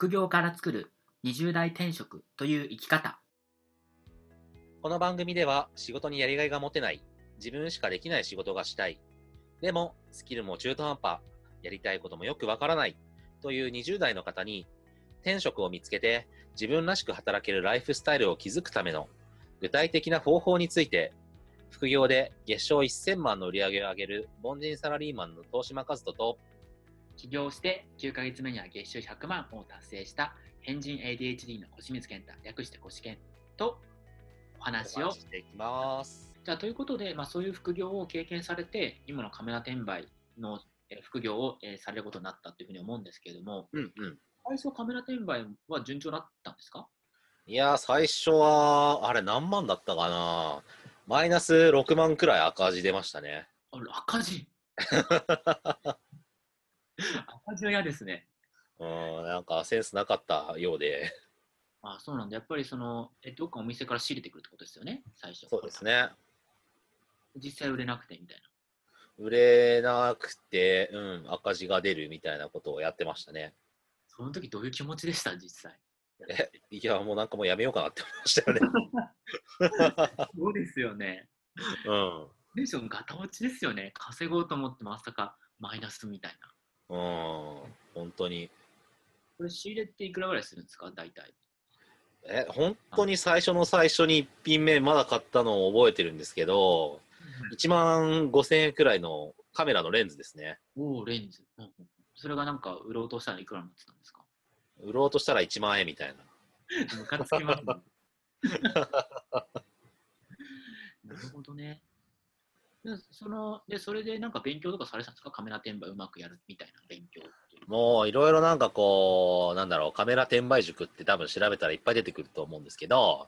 副業から作る20代転職という生き方。 この番組では仕事にやりがいが持てない、自分しかできない仕事がしたい、でもスキルも中途半端、やりたいこともよくわからないという20代の方に転職を見つけて自分らしく働けるライフスタイルを築くための具体的な方法について、副業で月商1000万の売り上げを上げる凡人サラリーマンの東島和人と、 起業して9ヶ月目には月収100万を達成した変人 ADHD の越水健太、略して越健とお話をしていきます。 じゃあということで、そういう副業を経験されて今のカメラ転売の副業をされることになったというふうに思うんですけれども、最初カメラ転売は順調だったんですか？ いや、最初はあれ何万だったかな。マイナス6万くらい赤字出ましたね。 赤字赤字は嫌ですね。 なんかセンスなかったようで。 そうなんだ。やっぱりどっかお店から仕入れてくるってことですよね、最初。 そうですね。 実際売れなくてみたいな。 売れなくて、赤字が出るみたいなことをやってましたね。 その時どういう気持ちでした、実際。 いや、もうなんかもうやめようかなって思いましたよね。 そうですよね。テンションガタ落ちですよね。稼ごうと思ってまさかマイナスみたいな。 本当に。 これ仕入れっていくらぐらいするんですか、大体。 本当に最初の最初に1品目まだ買ったのを覚えてるんですけど、1万5000円くらいのカメラのレンズですね。 レンズ。それがなんか売ろうとしたらいくらになってたんですか？ 売ろうとしたら1万円みたいな。 ムカつきますね。なるほどね。それでなんか勉強とかされてたんですか？カメラ転売うまくやるみたいな勉強っていう。 もういろいろなんかこう、カメラ転売塾って多分調べたらいっぱい出てくると思うんですけど、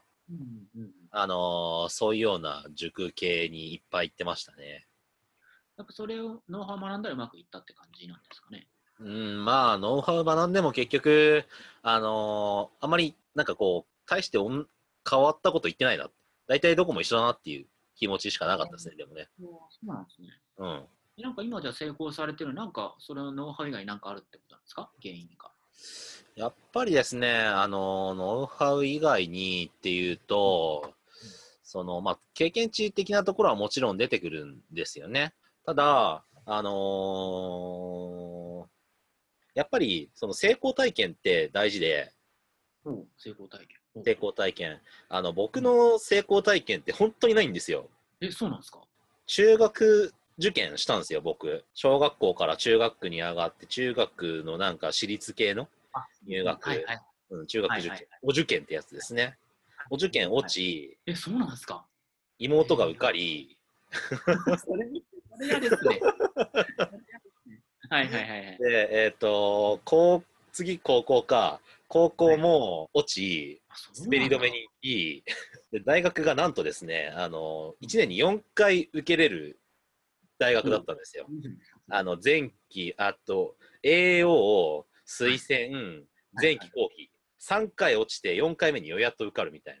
そういうような塾系にいっぱい行ってましたね。 やっぱそれをノウハウ学んだらうまくいったって感じなんですかね。 ノウハウ学んでも結局、あまりなんかこう、大して変わったこと言ってないな。大体どこも一緒だなっていう気持ちしかなかったですね、でもね。 そうなんですね。なんか今じゃ成功されてる、なんかそれのノウハウ以外になんかあるってことなんですか？原因が。 やっぱりですね、ノウハウ以外にっていうと、経験値的なところはもちろん出てくるんですよね。ただ、やっぱりその成功体験って大事で、 成功体験。 成功体験。僕の成功体験って本当にないんですよ。 そうなんですか？ 中学受験したんですよ、僕。小学校から中学に上がって、中学のなんか私立系の入学、中学受験、お受験ってやつですね。お受験落ち、 そうなんですか？ 妹が受かり、 それ嫌ですね。 で、次高校か、高校も落ち、滑り止めに行き、で大学がなんとですね、1年に4回受けれる大学だったんですよ。前期、あと、AO、推薦、前期後期、3回落ちて4回目にようやっと受かるみたい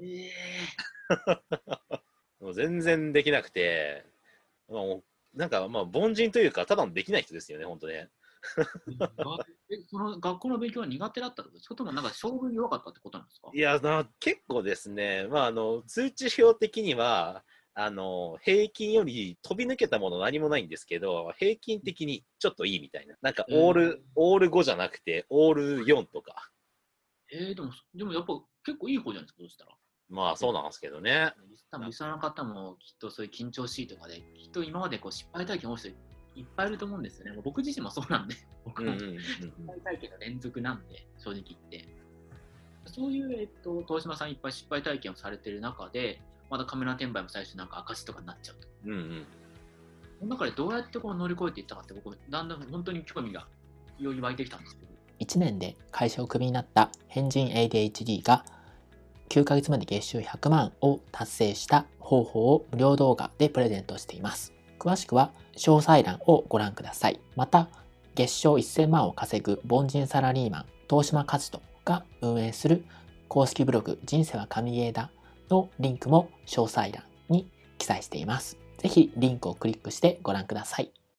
な。もう全然できなくて、なんか凡人というか、ただのできない人ですよね、本当ね。 その学校の勉強は苦手だったの？それともなんか勝負に弱かったってことなんですか？ いや、結構ですね、通知表的には、平均より飛び抜けたもの何もないんですけど、平均的にちょっといいみたいな。なんかオール5じゃなくて、オール4とか。 でもやっぱ結構いい方じゃないですか、どうしたら。 そうなんですけどね。 多分リスナーの方もきっとそういう緊張しいとかで、きっと今まで失敗体験をしていっぱいいると思うんですよね。僕自身もそうなんで、僕も失敗体験の連続なんで、正直言って。そういう、東島さんいっぱい失敗体験をされてる中で、まだカメラ転売も最初なんか赤字とかになっちゃうと。その中でどうやって乗り越えていったかって僕、だんだん本当に興味がより湧いてきたんですけど。 1年で会社をクビになった変人 ADHD が9ヶ月まで月収100万を達成した方法を無料動画でプレゼントしています。詳しくは詳細欄をご覧ください。また、月賞1000万を稼ぐ凡人サラリーマン東島和人が運営する公式ブログ人生は神ゲーだのリンクも詳細欄に記載しています。ぜひリンクをクリックしてご覧ください。